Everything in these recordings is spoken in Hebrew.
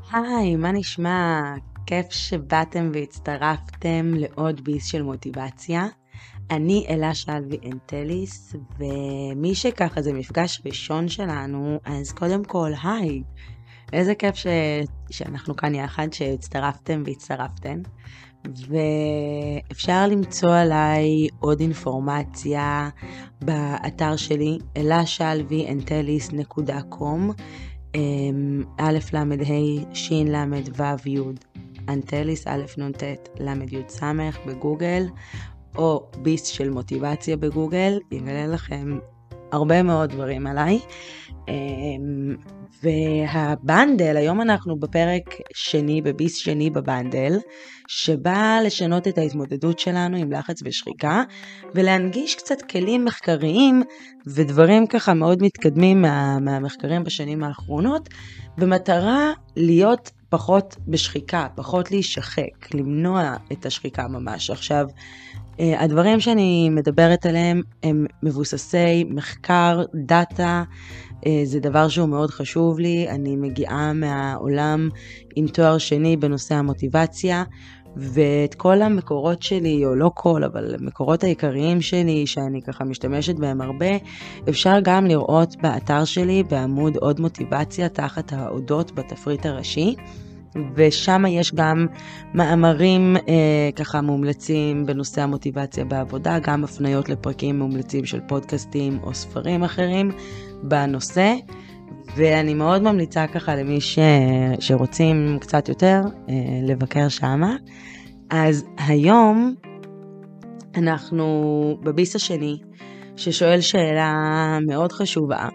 היי, מה נשמע? כיף שבאתם והצטרפתם לעוד ביס של מוטיבציה. אני אלה שלוי אנטליס, ומי שככה זה מפגש ראשון שלנו, אז קודם כל, היי, איזה כיף שאנחנו כאן יחד, שהצטרפתם והצטרפתן. ואפשר למצוא עליי עוד אינפורמציה באתר שלי, elashalvyentelis.com, א' למד ה' שין למד ו' י' אנטליס א' נ' ת' למד י' סמך בגוגל, או ביס של מוטיבציה בגוגל, יגלה לכם הרבה מאוד דברים עליי. והבנדל, היום אנחנו בפרק שני, בביס שני בבנדל, שבא לשנות את ההתמודדות שלנו עם לחץ ושחיקה, ולהנגיש קצת כלים מחקריים ודברים ככה מאוד מתקדמים מהמחקרים בשנים האחרונות, במטרה להיות פחות בשחיקה, פחות להישחק, למנוע את השחיקה ממש. עכשיו, הדברים שאני מדברת עליהם הם מבוססי מחקר, דאטה, זה דבר שהוא מאוד חשוב לי. אני מגיעה מהעולם עם תואר שני בנושא המוטיבציה, ואת כל המקורות שלי, או לא כל, אבל המקורות העיקריים שלי, שאני ככה משתמשת בהם הרבה, אפשר גם לראות באתר שלי, בעמוד עוד מוטיבציה, תחת ההודות בתפריט הראשי, ושם יש גם מאמרים ככה מומלצים בנושא המוטיבציה בעבודה, גם הפניות לפרקים מומלצים של פודקאסטים או ספרים אחרים בנושא, ואני מאוד ממליצה ככה למי שרוצים קצת יותר לבקר שמה. אז היום אנחנו בביס השני, ששואל שאלה מאוד חשובה,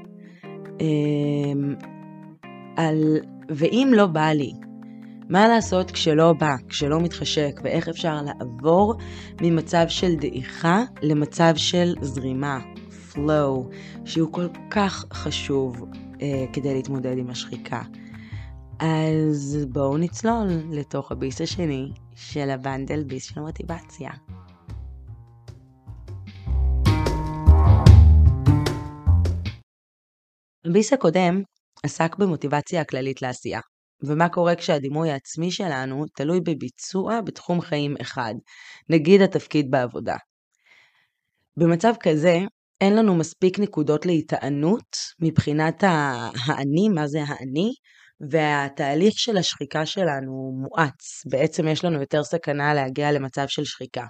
ואם לא בא לי, מה לעשות כשלא בא, כשלא מתחשק, ואיך אפשר לעבור ממצב של דעיכה למצב של זרימה, flow, שהוא כל כך חשוב כדי להתמודד עם השחיקה. אז בואו נצלול לתוך הביס השני של הבנדל, ביס של מוטיבציה. הביס הקודם עסק במוטיבציה הכללית לעשייה, ומה קורה כשהדימוי העצמי שלנו תלוי בביצוע בתחום חיים אחד, נגיד התפקיד בעבודה. במצב כזה, אין לנו מספיק נקודות להתענות מבחינת האני, מה זה האני, והתהליך של השחיקה שלנו מואץ. בעצם יש לנו יותר סכנה להגיע למצב של שחיקה.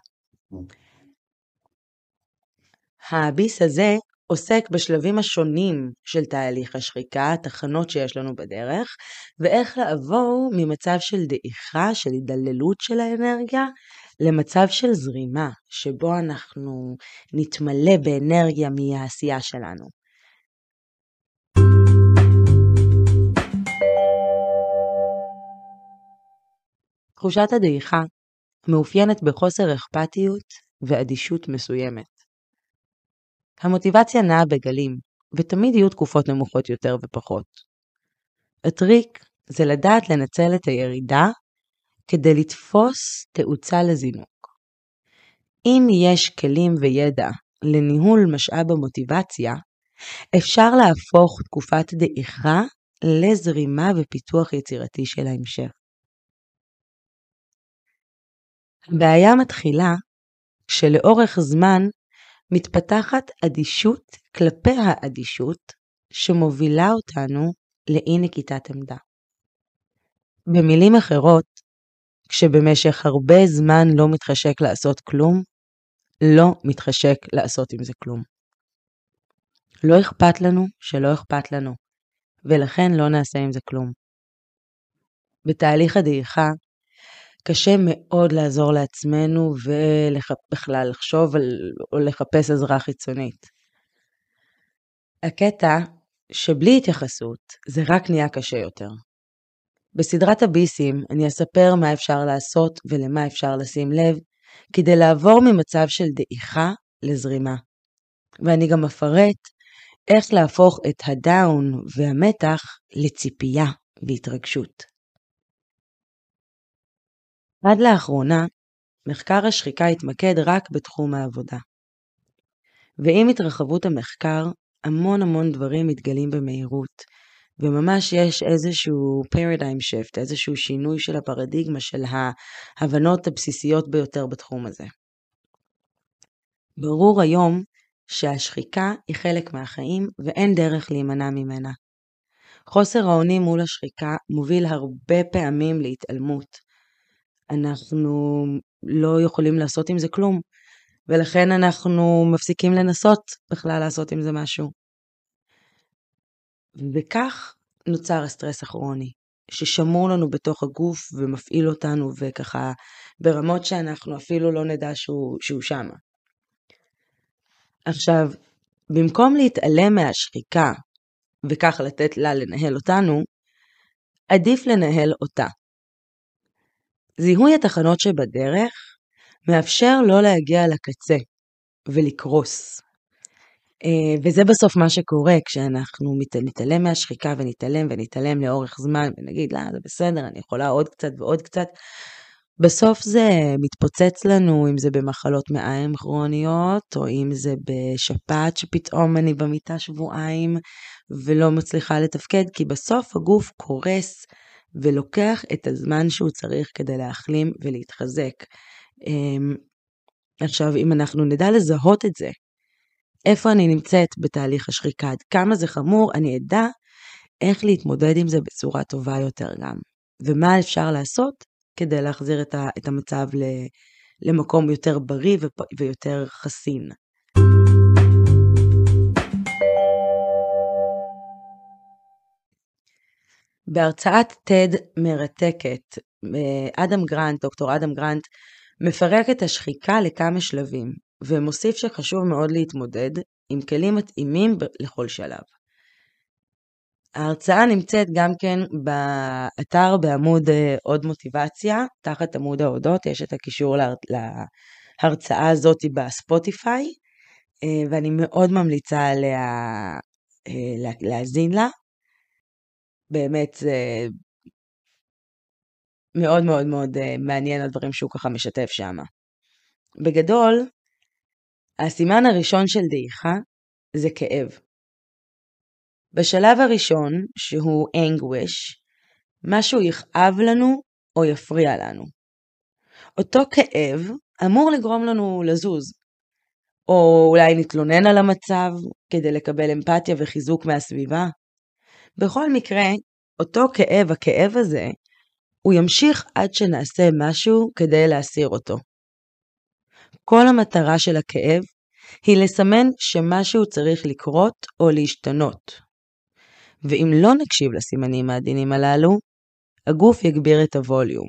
הביס הזה עוסק בשלבים השונים של תהליך השחיקה, התחנות שיש לנו בדרך, ואיך לעבור ממצב של דעיכה, של הידללות של האנרגיה, למצב של זרימה, שבו אנחנו נתמלא באנרגיה מהעשייה שלנו. תחושת הדעיכה מאופיינת בחוסר אכפתיות ואדישות מסוימת. המוטיבציה נעה בגלים, ותמיד יהיו תקופות נמוכות יותר ופחות. הטריק זה לדעת לנצל את הירידה כדי לתפוס תאוצה לזינוק. אם יש כלים וידע לניהול משאב המוטיבציה, אפשר להפוך תקופת דעיכה לזרימה ופיתוח יצירתי של ההמשך. הבעיה מתחילה כשלאורך זמן מתפתחת אדישות כלפי האדישות שמובילה אותנו לאי נקיטת עמדה. במילים אחרות, כשבמשך הרבה זמן לא מתחשק לעשות כלום, לא מתחשק לעשות עם זה כלום. לא אכפת לנו שלא אכפת לנו, ולכן לא נעשה עם זה כלום. בתהליך הדעיכה, קשה מאוד לעזור לעצמנו ובכלל לחשוב או לחפש עזרה חיצונית. הקטע שבלי התייחסות זה רק נהיה קשה יותר. בסדרת הביסים אני אספר מה אפשר לעשות ולמה אפשר לשים לב כדי לעבור ממצב של דעיכה לזרימה. ואני גם אפרט איך להפוך את הדאון והמתח לציפייה והתרגשות. עד לאחרונה, מחקר השחיקה התמקד רק בתחום העבודה. ועם התרחבות המחקר, המון דברים מתגלים במהירות, וממש יש איזשהו paradigm shift, איזשהו שינוי של הפרדיגמה של ההבנות הבסיסיות ביותר בתחום הזה. ברור היום שהשחיקה היא חלק מהחיים ואין דרך להימנע ממנה. חוסר האונים מול השחיקה מוביל הרבה פעמים להתעלמות. אנחנו לא יכולים לעשות עם זה כלום, ולכן אנחנו מפסיקים לנסות בכלל לעשות עם זה משהו. וכך נוצר הסטרס הכרוני, ששמור לנו בתוך הגוף ומפעיל אותנו וככה ברמות שאנחנו אפילו לא נדע שהוא שם. עכשיו, במקום להתעלם מהשחיקה וכך לתת לה לנהל אותנו, עדיף לנהל אותה. זיהוי התחנות שבדרך מאפשר לא להגיע לקצה ולקרוס. וזה בסוף מה שקורה כשאנחנו נתעלם מהשחיקה ונתעלם לאורך זמן ונגיד, זה בסדר, אני יכולה עוד קצת ועוד קצת. בסוף זה מתפוצץ לנו, אם זה במחלות מעיים כרוניות, או אם זה בשפעת שפתאום אני במיטה שבועיים ולא מצליחה לתפקד, כי בסוף הגוף קורס ולוקח את הזמן שהוא צריך כדי להחלים ולהתחזק. עכשיו, אם אנחנו נדע לזהות את זה, איפה אני נמצאת בתהליך השחיקה, עד כמה זה חמור, אני אדע איך להתמודד עם זה בצורה טובה יותר גם. ומה אפשר לעשות כדי להחזיר את המצב למקום יותר בריא ויותר חסין. בהרצאת TED מרתקת, דוקטור אדם גרנט, מפרק את השחיקה לכמה שלבים, ומוסיף שחשוב מאוד להתמודד עם כלים מתאימים לכל שלב. ההרצאה נמצאת גם כן באתר בעמוד עוד מוטיבציה, תחת עמוד ההודות, יש את הקישור להרצאה הזאת בספוטיפיי, ואני מאוד ממליצה עליה להאזין לה. באמת זה מאוד מאוד מאוד מעניין הדברים שהוא ככה משתף שם. בגדול, הסימן הראשון של דעיכה זה כאב. בשלב הראשון, שהוא anguish, משהו יכאב לנו או יפריע לנו. אותו כאב אמור לגרום לנו לזוז, או אולי נתלונן על המצב כדי לקבל אמפתיה וחיזוק מהסביבה. בכל מקרה, אותו כאב, הכאב הזה, הוא ימשיך עד שנעשה משהו כדי להסיר אותו. כל המטרה של הכאב היא לסמן שמשהו צריך לקרות או להשתנות. ואם לא נקשיב לסימנים העדינים הללו, הגוף יגביר את הווליום.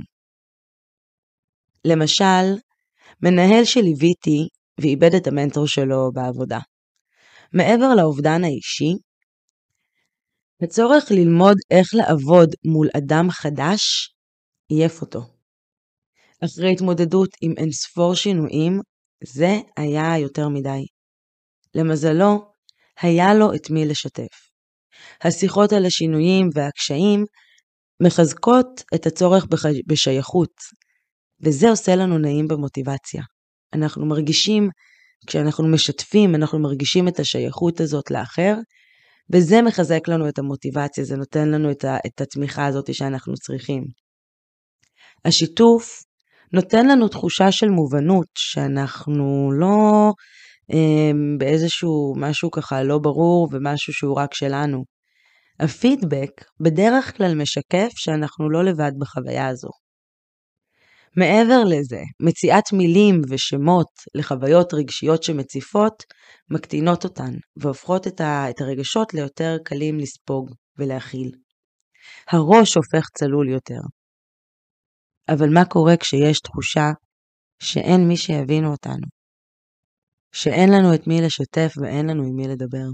למשל, מנהל שליוויתי ואיבד את המנטור שלו בעבודה. מעבר לאובדן האישי, הצורך ללמוד איך לעבוד מול אדם חדש עייף אותו. אחרי התמודדות עם אינספור שינויים, זה היה יותר מדי. למזלו, היה לו את מי לשתף. השיחות על השינויים והקשיים מחזקות את הצורך בשייכות, וזה עושה לנו נעים במוטיבציה. אנחנו מרגישים, כשאנחנו משתפים, אנחנו מרגישים את השייכות הזאת לאחר, וזה מחזק לנו את המוטיבציה, זה נותן לנו את התמיכה הזאת שאנחנו צריכים. השיתוף נותן לנו תחושה של מובנות, שאנחנו לא באיזשהו משהו ככה לא ברור, ומשהו שהוא רק שלנו. הפידבק בדרך כלל משקף שאנחנו לא לבד בחוויה הזו. מעבר לזה, מציאת מילים ושמות לחוויות רגשיות שמציפות, מקטינות אותן והופכות את הרגשות ליותר קלים לספוג ולהכיל. הראש הופך צלול יותר. אבל מה קורה כשיש תחושה שאין מי שיבינו אותנו? שאין לנו את מי לשתף ואין לנו עם מי לדבר?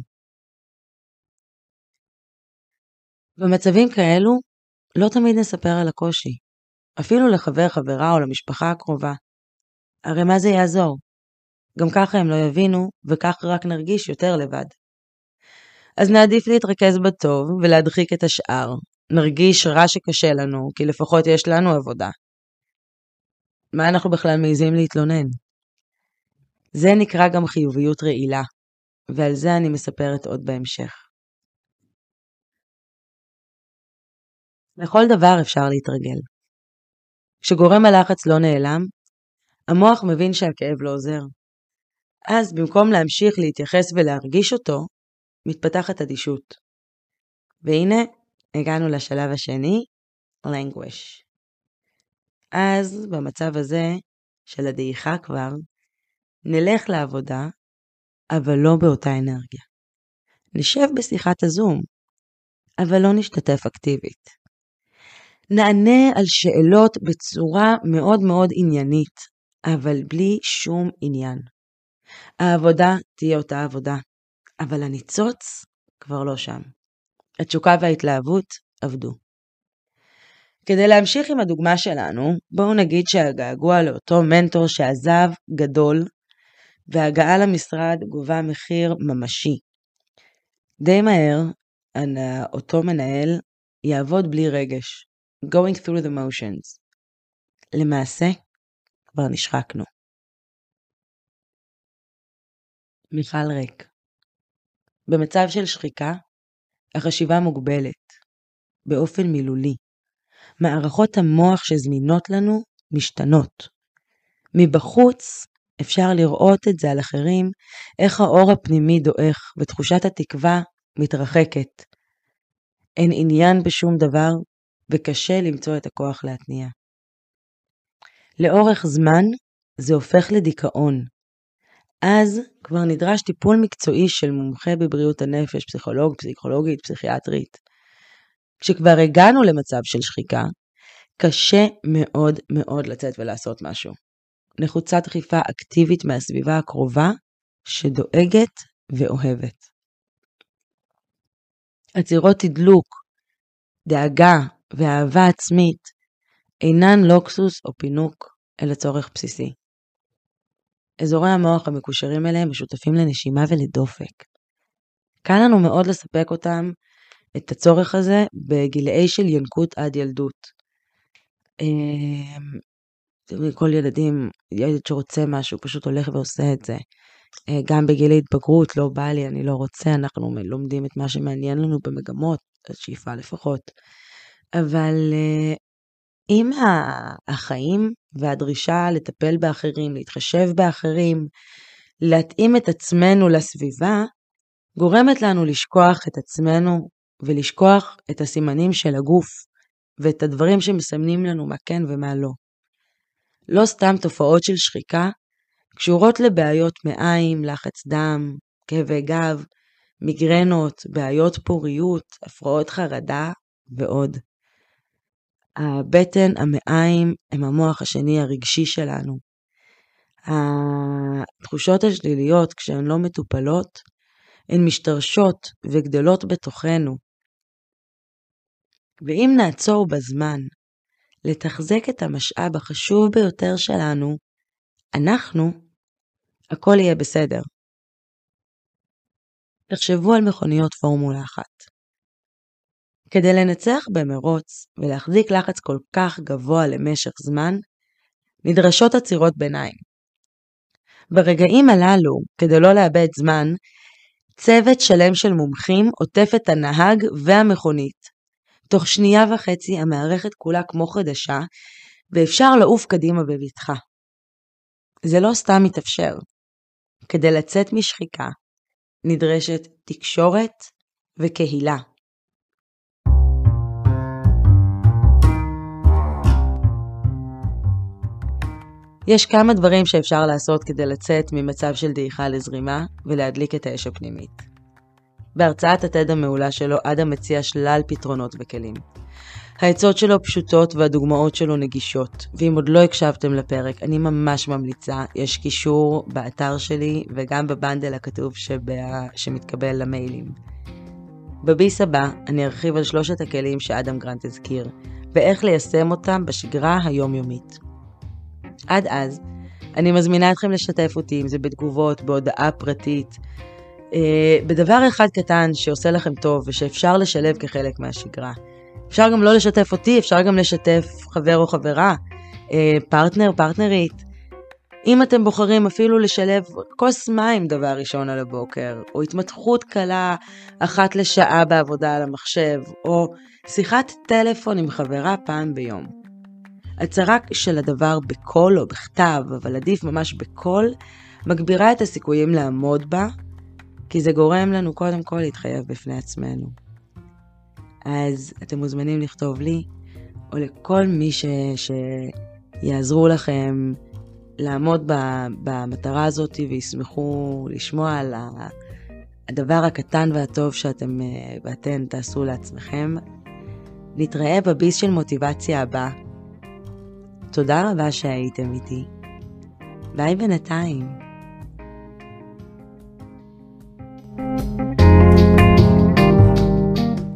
במצבים כאלו, לא תמיד נספר על הקושי. אפילו לחבר, חברה או למשפחה הקרובה. הרי מה זה יעזור? גם ככה הם לא יבינו, וכך רק נרגיש יותר לבד. אז נעדיף להתרכז בטוב ולהדחיק את השאר. נרגיש רע שקשה לנו, כי לפחות יש לנו עבודה. מה אנחנו בכלל מעיזים להתלונן? זה נקרא גם חיוביות רעילה, ועל זה אני מספרת עוד בהמשך. לכל דבר אפשר להתרגל. כשגורם הלחץ לא נעלם, המוח מבין שהכאב לא עוזר. אז במקום להמשיך להתייחס ולהרגיש אותו, מתפתחת אדישות. והנה, הגענו לשלב השני, languish. אז במצב הזה של הדעיכה כבר, נלך לעבודה, אבל לא באותה אנרגיה. נשב בשיחת הזום, אבל לא נשתתף אקטיבית. נענה על שאלות בצורה מאוד מאוד עניינית, אבל בלי שום עניין. העבודה תהיה אותה עבודה, אבל הניצוץ כבר לא שם. התשוקה וההתלהבות עבדו. כדי להמשיך עם הדוגמה שלנו, בואו נגיד שהגעגוע לאותו מנטור שעזב גדול, וההגעה למשרד גובה מחיר ממשי. די מהר, אותו מנהל יעבוד בלי רגש, going through the motions. למעשה, כבר נשחקנו. מיכל ריק. במצב של שחיקה, החשיבה מוגבלת, באופן מילולי. מערכות המוח שזמינות לנו משתנות. מבחוץ אפשר לראות את זה על אחרים, איך האור הפנימי דועך ותחושת התקווה מתרחקת. אין עניין בשום דבר וקשה למצוא את הכוח להתניע. לאורך זמן זה הופך לדיכאון. אז כבר נדרש טיפול מקצועי של מומחה בבריאות הנפש, פסיכולוג, פסיכולוגית, פסיכיאטרית. כשכבר הגענו למצב של שחיקה, קשה מאוד מאוד לצאת ולעשות משהו. נחוצה דחיפה אקטיבית מהסביבה הקרובה שדואגת ואוהבת. עצירות תדלוק, דאגה ואהבה עצמית אינן לוקסוס או פינוק, אלא צורך בסיסי. אזורי המוח המקושרים אליהם משותפים לנשימה ולדופק. קל לנו מאוד לספק אותם, את הצורך הזה, בגילאי של ינקות עד ילדות. כל ילד שרוצה משהו, פשוט הולך ועושה את זה. גם בגיל ההתבגרות, לא בא לי, אני לא רוצה, אנחנו לומדים את מה שמעניין לנו במגמות, השאיפה לפחות. אבל עם החיים והדרישה לטפל באחרים, להתחשב באחרים, להתאים את עצמנו לסביבה, גורמת לנו לשכוח את עצמנו ולשכוח את הסימנים של הגוף ואת הדברים שמסמנים לנו מה כן ומה לא. לא סתם תופעות של שחיקה קשורות לבעיות מעיים, לחץ דם, כאבי גב, מיגרנות, בעיות פוריות, הפרעות חרדה ועוד. הבטן, המעיים, הם המוח השני הרגשי שלנו. התחושות השליליות, כשהן לא מטופלות, הן משתרשות וגדלות בתוכנו. ואם נעצור בזמן לתחזק את המשאב החשוב ביותר שלנו, הכל יהיה בסדר. תחשבו על מכוניות פורמולה 1. כדי לנצח במרוץ ולהחזיק לחץ כל כך גבוה למשך זמן, נדרשות עצירות ביניים. ברגעים הללו, כדי לא לאבד זמן, צוות שלם של מומחים עוטף את הנהג והמכונית. תוך 1.5 שנייה המערכת כולה כמו חדשה, ואפשר לעוף קדימה בבטחה. זה לא סתם מתאפשר. כדי לצאת משחיקה, נדרשת תקשורת וקהילה. יש כמה דברים שאפשר לעשות כדי לצאת ממצב של דעיכה לזרימה ולהדליק את האש הפנימית. בהרצאת התד המעולה שלו, אדם מציע שלל פתרונות וכלים. העצות שלו פשוטות והדוגמאות שלו נגישות, ואם עוד לא הקשבתם לפרק, אני ממש ממליצה, יש קישור באתר שלי וגם בבנדל הכתוב שמתקבל למיילים. בביס הבא אני ארחיב על 3 הכלים שאדם גרנט הזכיר, ואיך ליישם אותם בשגרה היומיומית. עד אז, אני מזמינה אתכם לשתף אותי, אם זה בתגובות, בהודעה פרטית, בדבר אחד קטן שעושה לכם טוב ושאפשר לשלב כחלק מהשגרה. אפשר גם לא לשתף אותי, אפשר גם לשתף חבר או חברה, פרטנר, פרטנרית. אם אתם בוחרים אפילו לשלב כוס מים דבר ראשון על הבוקר, או התמתחות קלה אחת לשעה בעבודה על המחשב, או שיחת טלפון עם חברה פעם ביום. הצהרה של הדבר בקול או בכתב, אבל עדיף ממש בקול, מגבירה את הסיכויים לעמוד בה, כי זה גורם לנו קודם כל להתחייב בפני עצמנו. אז אתם מוזמנים לכתוב לי, או לכל מי שיעזרו לכם לעמוד במטרה הזאת וישמחו לשמוע על הדבר הקטן והטוב שאתם ואתן תעשו לעצמכם. נתראה בביס של מוטיבציה הבא. תודה רבה שהייתם איתי. ביי בינתיים.